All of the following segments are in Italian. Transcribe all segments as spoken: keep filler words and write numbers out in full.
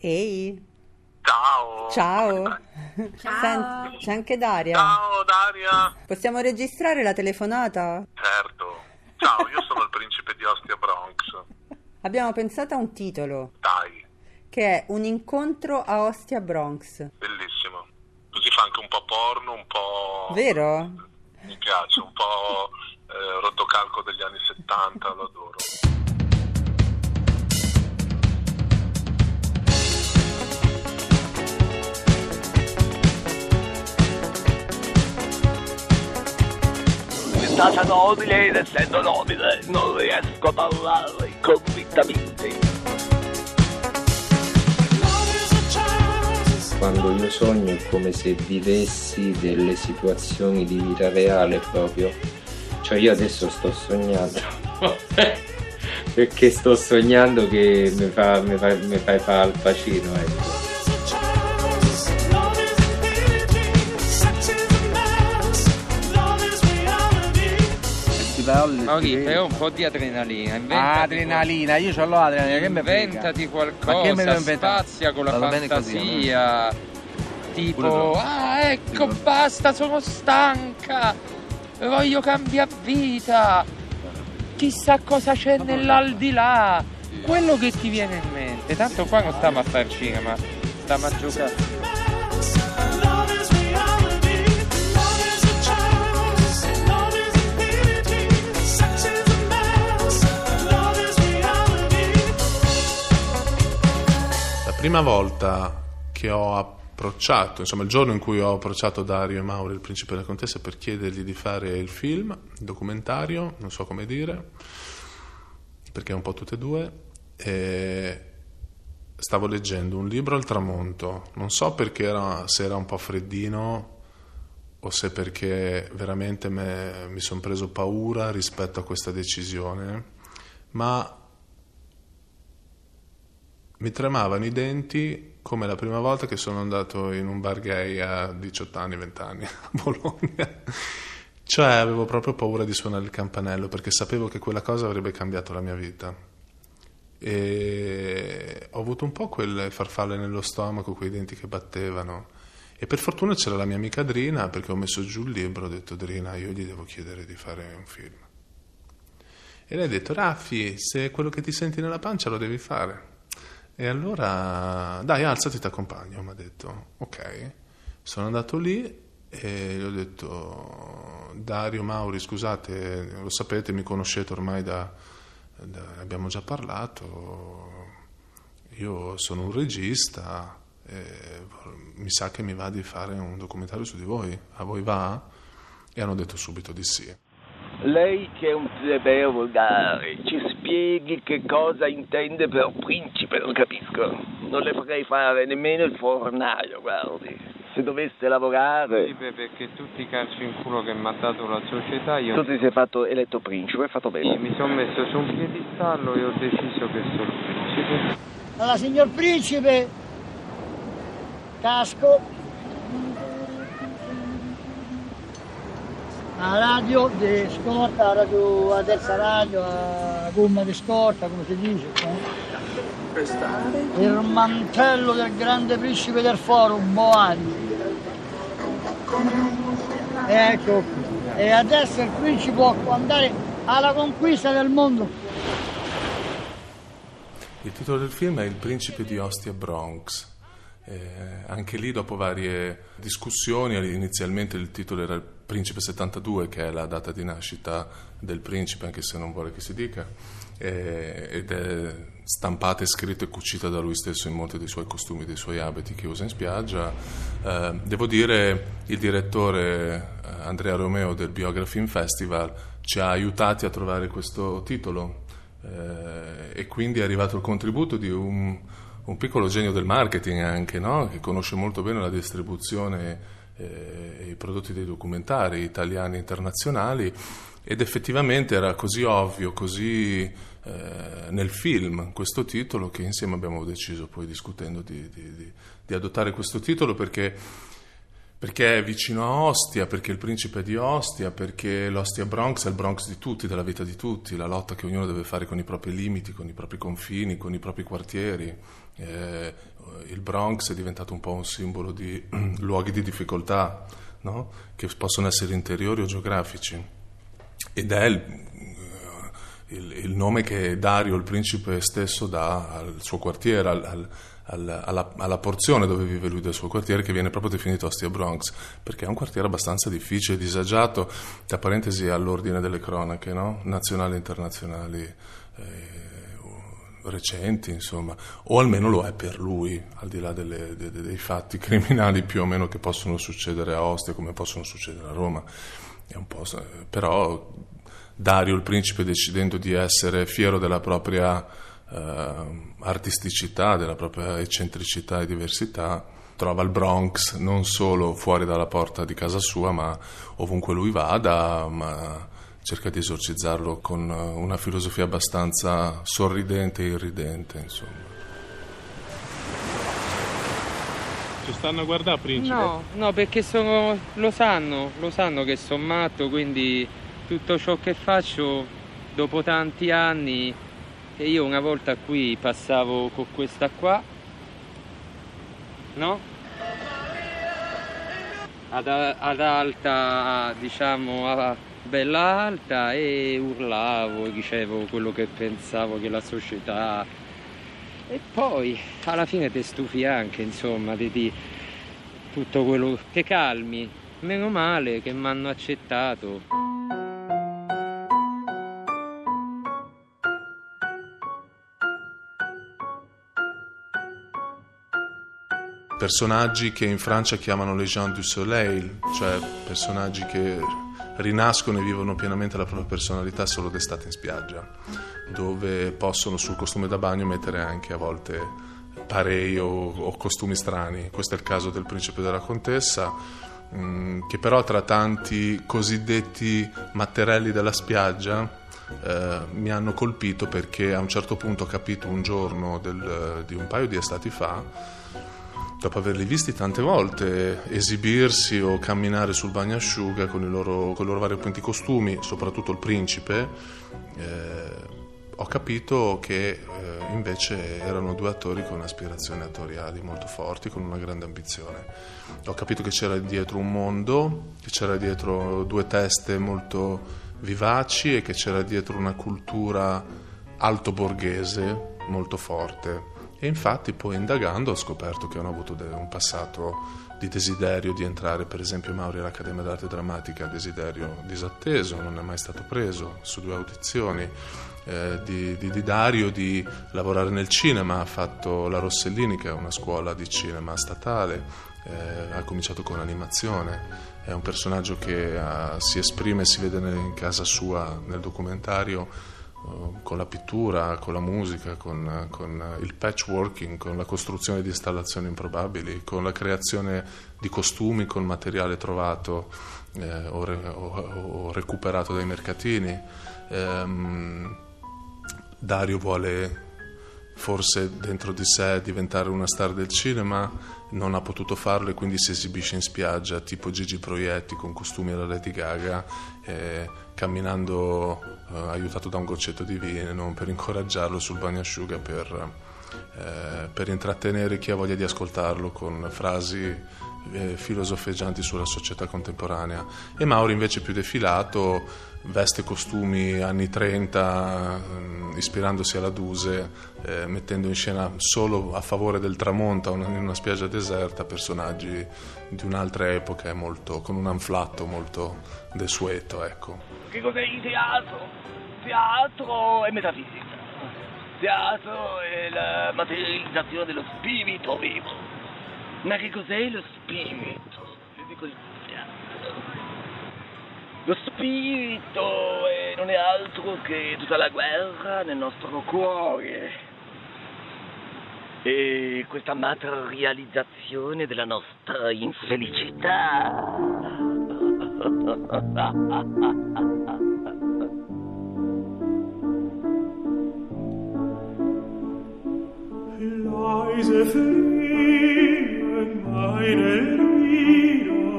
Ehi, Ciao. ciao. Ciao. Senti, c'è anche Daria. Ciao Daria. Possiamo registrare la telefonata? Certo. Ciao, io sono il principe di Ostia Bronx. Abbiamo pensato a un titolo, Dai, che è Un incontro a Ostia Bronx. bellissimo. Così fa anche un po' porno, un po'... Vero? Mi piace, un po' eh, rotocalco degli anni settanta, lo adoro. È stata nobile ed essendo nobile non riesco a parlare convintamente. Quando io sogno è come se vivessi delle situazioni di vita reale proprio. Cioè io adesso sto sognando. Perché sto sognando che mi fa, mi fa, mi fai fare il bacino, ecco. Mauri, però un po' di adrenalina. Inventati Adrenalina, io ce l'ho adrenalina, che mi frega? Inventati Ma che me qualcosa, devo inventare? spazia con la Vado bene così, fantasia. Tipo, Pure tu. ah ecco, Pure tu. basta, sono stanca. Voglio cambiare vita. Chissà cosa c'è nell'aldilà. Quello che ti viene in mente. Tanto qua non stiamo a fare cinema, stiamo a giocare. La prima volta che ho approcciato, insomma il giorno in cui ho approcciato Dario e Mauro, il principe e la contessa, per chiedergli di fare il film, il documentario, non so come dire, perché è un po' tutte e due, e stavo leggendo un libro al tramonto, non so perché era, se era un po' freddino o se perché veramente me, mi sono preso paura rispetto a questa decisione, ma mi tremavano i denti come la prima volta che sono andato in un bar gay a diciotto anni, venti anni a Bologna. Cioè avevo proprio paura di suonare il campanello perché sapevo che quella cosa avrebbe cambiato la mia vita. E ho avuto un po' quelle farfalle nello stomaco, quei denti che battevano. E per fortuna c'era la mia amica Drina, perché ho messo giù il libro, ho detto: Drina, io gli devo chiedere di fare un film. E lei ha detto: Raffi, se quello che ti senti nella pancia lo devi fare. E allora, dai, alzati, ti accompagno, mi ha detto. Ok, sono andato lì e gli ho detto: Dario, Mauri, scusate, lo sapete, mi conoscete ormai da, da abbiamo già parlato, io sono un regista e mi sa che mi va di fare un documentario su di voi, a voi va? E hanno detto subito di sì. Lei che è un plebeo volgare, ci spieghi che cosa intende per principe, non capisco. Non le farei fare nemmeno il fornaio, guardi. Se dovesse lavorare... Sì, beh, perché tutti i calci in culo che mi ha dato la società, io... Tu ti sei fatto eletto principe, hai fatto bene. Sì, mi sono messo su un piedistallo e ho deciso che sono principe. Allora, signor principe, casco, la radio di scorta, la, radio, la terza radio, la gomma di scorta, come si dice, eh? Il mantello del grande principe del forum, Boari. Ecco qui. E adesso il principe può andare alla conquista del mondo. Il titolo del film è Il principe di Ostia Bronx. Eh, anche lì, dopo varie discussioni, inizialmente il titolo era Il principe settantadue, che è la data di nascita del principe, anche se non vuole che si dica, eh, ed è stampata e scritta e cucita da lui stesso in molti dei suoi costumi, dei suoi abiti che usa in spiaggia. Eh, devo dire, il direttore eh, Andrea Romeo del Biography Festival ci ha aiutati a trovare questo titolo, eh, e quindi è arrivato il contributo di un un piccolo genio del marketing anche, no? Che conosce molto bene la distribuzione eh, e i prodotti dei documentari italiani e internazionali, ed effettivamente era così ovvio, così eh, nel film questo titolo, che insieme abbiamo deciso, poi discutendo, di, di, di, di adottare questo titolo, perché Perché è vicino a Ostia, perché il principe è di Ostia, perché l'Ostia Bronx è il Bronx di tutti, della vita di tutti, la lotta che ognuno deve fare con i propri limiti, con i propri confini, con i propri quartieri. Eh, il Bronx è diventato un po' un simbolo di luoghi di difficoltà, no? Che possono essere interiori o geografici. Ed è il, il, il nome che Dario, il principe stesso, dà al suo quartiere, al, al Alla, alla porzione dove vive lui del suo quartiere, che viene proprio definito Ostia Bronx, perché è un quartiere abbastanza difficile, disagiato, tra parentesi all'ordine delle cronache, no? Nazionali e internazionali eh, recenti, insomma, o almeno lo è per lui, al di là delle, de, de, dei fatti criminali più o meno che possono succedere a Ostia come possono succedere a Roma. È un po', però Dario il principe, decidendo di essere fiero della propria Uh, artisticità, della propria eccentricità e diversità, trova il Bronx non solo fuori dalla porta di casa sua, ma ovunque lui vada, ma cerca di esorcizzarlo con una filosofia abbastanza sorridente e irridente, insomma. Ci stanno a guardare, principe? No, no, perché sono, lo sanno, lo sanno che sono matto, quindi tutto ciò che faccio dopo tanti anni. E io una volta qui passavo con questa qua, no? Ad, ad alta, diciamo, a bella alta, e urlavo, dicevo quello che pensavo che la società... E poi alla fine ti stufi anche, insomma, di, di tutto quello che calmi. Meno male che mi hanno accettato. Personaggi che in Francia chiamano les gens du soleil, cioè personaggi che rinascono e vivono pienamente la propria personalità solo d'estate in spiaggia, dove possono sul costume da bagno mettere anche a volte parei o, o costumi strani. Questo è il caso del principe e della contessa, mh, che però tra tanti cosiddetti matterelli della spiaggia eh, mi hanno colpito, perché a un certo punto ho capito un giorno del, di un paio di estati fa, dopo averli visti tante volte esibirsi o camminare sul bagnasciuga con i loro, con i loro variopinti costumi, soprattutto il principe, eh, ho capito che eh, invece erano due attori con aspirazioni attoriali molto forti, con una grande ambizione. Ho capito che c'era dietro un mondo, che c'era dietro due teste molto vivaci e che c'era dietro una cultura alto borghese molto forte. E infatti poi indagando ho scoperto che hanno avuto un passato di desiderio di entrare, per esempio Mauri all'Accademia d'Arte Drammatica, desiderio disatteso, non è mai stato preso su due audizioni, eh, di, di, di Dario di lavorare nel cinema, ha fatto la Rossellini, che è una scuola di cinema statale, eh, ha cominciato con animazione, è un personaggio che ha, si esprime, si vede in casa sua nel documentario, con la pittura, con la musica, con, con il patchworking, con la costruzione di installazioni improbabili, con la creazione di costumi con materiale trovato eh, o, re, o, o recuperato dai mercatini. Ehm, Dario vuole forse dentro di sé diventare una star del cinema, non ha potuto farlo e quindi si esibisce in spiaggia tipo Gigi Proietti con costumi alla Lady Gaga, eh, camminando eh, aiutato da un goccetto di vino per incoraggiarlo sul bagnasciuga, per, eh, per intrattenere chi ha voglia di ascoltarlo con frasi eh, filosofeggianti sulla società contemporanea. E Mauri invece più defilato, veste costumi anni trenta, eh, ispirandosi alla Duse, eh, mettendo in scena solo a favore del tramonto in una spiaggia deserta personaggi di un'altra epoca, molto, con un anflatto molto desueto, ecco. Che cos'è il teatro? Teatro è metafisica. Teatro è la materializzazione dello spirito vivo. Ma che cos'è lo spirito? Io dico il teatro. Lo spirito è, non è altro che tutta la guerra nel nostro cuore. E questa materializzazione della nostra infelicità. Leise fliehen meine Lieder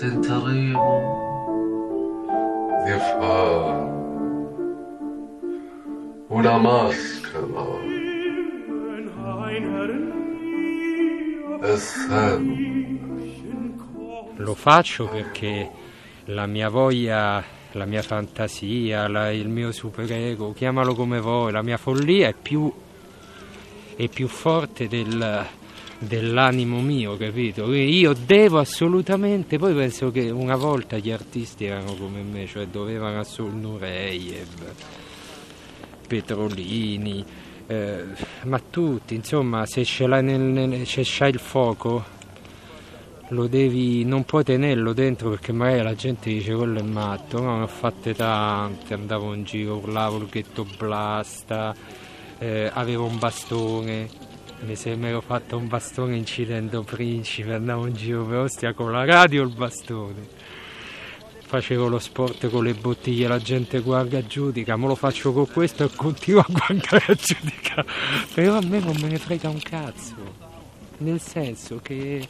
tenteremo di fare una maschera e sempre. Lo faccio perché la mia voglia, la mia fantasia, la, il mio superego, chiamalo come vuoi, la mia follia è più, è più forte del, dell'animo mio, capito? Io devo assolutamente, poi penso che una volta gli artisti erano come me, cioè dovevano assolutamente Nureyev, Petrolini, eh, ma tutti, insomma, se ce l'hai nel, nel, se c'hai il fuoco, lo devi, non puoi tenerlo dentro perché magari la gente dice quello è matto. No, ne ho fatte tante, andavo in giro, urlavo il ghetto blasta, eh, avevo un bastone, mi se mi ero fatto un bastone incidendo Principe, andavo in giro per Ostia con la radio e il bastone, facevo lo sport con le bottiglie, la gente guarda e giudica, ma lo faccio con questo e continuo a guardare e giudicare, però a me non me ne frega un cazzo, nel senso che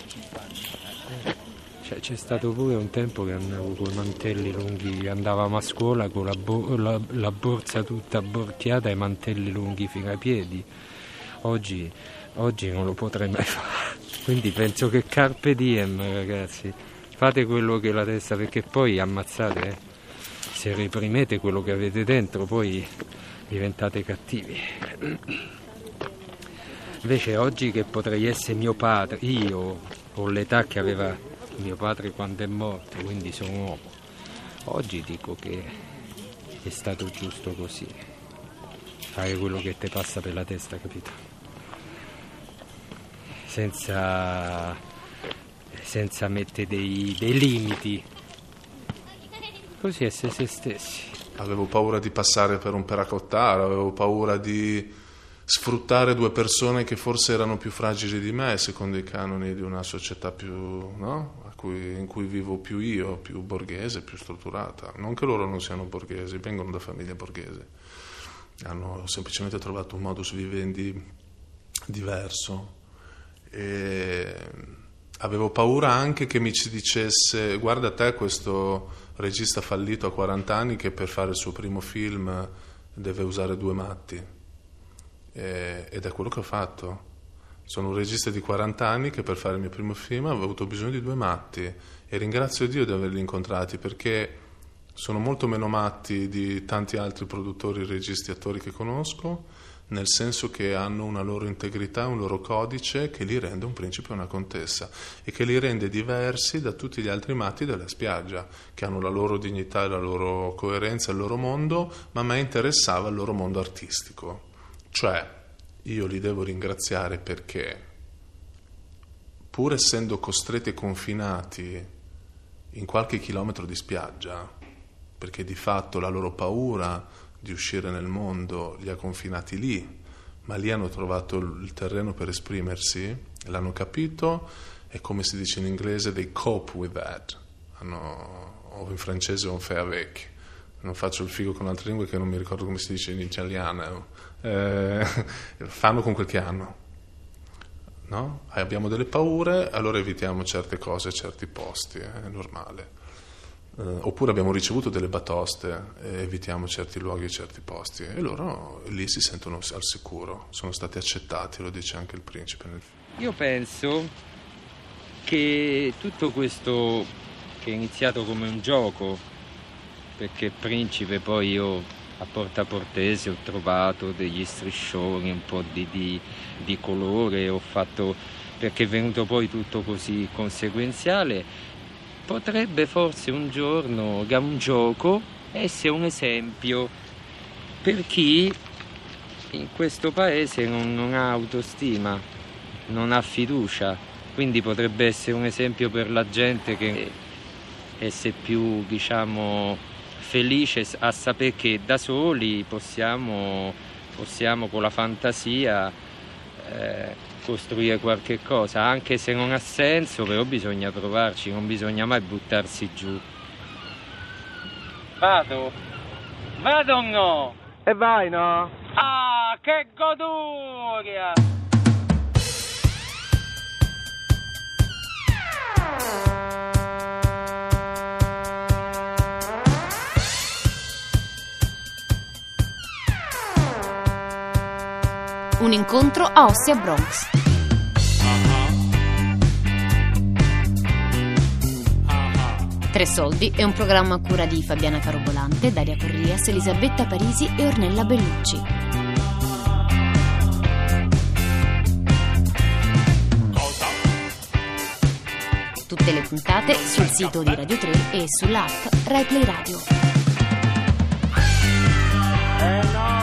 cioè, c'è stato pure un tempo che andavo con i mantelli lunghi, andavamo a scuola con la, bo- la, la borsa tutta abborchiata e i mantelli lunghi fino ai piedi. Oggi, oggi non lo potrei mai fare, quindi penso che carpe diem, ragazzi, fate quello che è la testa, perché poi ammazzate, eh. Se reprimete quello che avete dentro poi diventate cattivi. Invece oggi che potrei essere mio padre, io ho l'età che aveva mio padre quando è morto, quindi sono uomo, oggi dico che è stato giusto così, fare quello che ti passa per la testa, capito? Senza, senza mettere dei, dei limiti, così essere se stessi. Avevo paura di passare per un peracottaro, avevo paura di sfruttare due persone che forse erano più fragili di me, secondo i canoni di una società più, no? A cui, in cui vivo più io, più borghese, più strutturata. Non che loro non siano borghesi, vengono da famiglie borghese. Hanno semplicemente trovato un modus vivendi diverso. E avevo paura anche che mi ci dicesse: guarda te, questo regista fallito a quaranta anni che per fare il suo primo film deve usare due matti. Ed è quello che ho fatto. Sono un regista di quaranta anni che per fare il mio primo film avevo avuto bisogno di due matti, e ringrazio Dio di averli incontrati, perché sono molto meno matti di tanti altri produttori, registi, attori che conosco, nel senso che hanno una loro integrità, un loro codice che li rende un principe e una contessa, e che li rende diversi da tutti gli altri matti della spiaggia, che hanno la loro dignità, la loro coerenza, il loro mondo, ma a me interessava il loro mondo artistico. Cioè, io li devo ringraziare perché, pur essendo costretti e confinati in qualche chilometro di spiaggia, perché di fatto la loro paura di uscire nel mondo li ha confinati lì, ma lì hanno trovato il terreno per esprimersi, l'hanno capito, e come si dice in inglese, they cope with that, hanno, o in francese on fait avec. Non faccio il figo con altre lingue che non mi ricordo come si dice in italiano, eh, fanno con quel che hanno, no? Abbiamo delle paure, allora evitiamo certe cose, certi posti, eh, è normale, eh, oppure abbiamo ricevuto delle batoste e evitiamo certi luoghi e certi posti, e loro lì si sentono al sicuro, sono stati accettati, lo dice anche il principe nel film. Io penso che tutto questo, che è iniziato come un gioco, perché Principe poi io a Porta Portese ho trovato degli striscioni, un po' di, di, di colore, ho fatto, perché è venuto poi tutto così conseguenziale, potrebbe forse un giorno da un gioco essere un esempio per chi in questo paese non, non ha autostima, non ha fiducia, quindi potrebbe essere un esempio per la gente che essere più, diciamo, felice a sapere che da soli possiamo, possiamo con la fantasia eh, costruire qualche cosa, anche se non ha senso, però bisogna provarci, non bisogna mai buttarsi giù. Vado? Vado o no? E vai, no? Ah, che goduria! un incontro a Ostia Bronx. Tre soldi è un programma a cura di Fabiana Carobolante, Daria Corrias, Elisabetta Parisi e Ornella Bellucci. Tutte le puntate sul sito di Radio tre e sull'app Rai Play Radio. Eh no!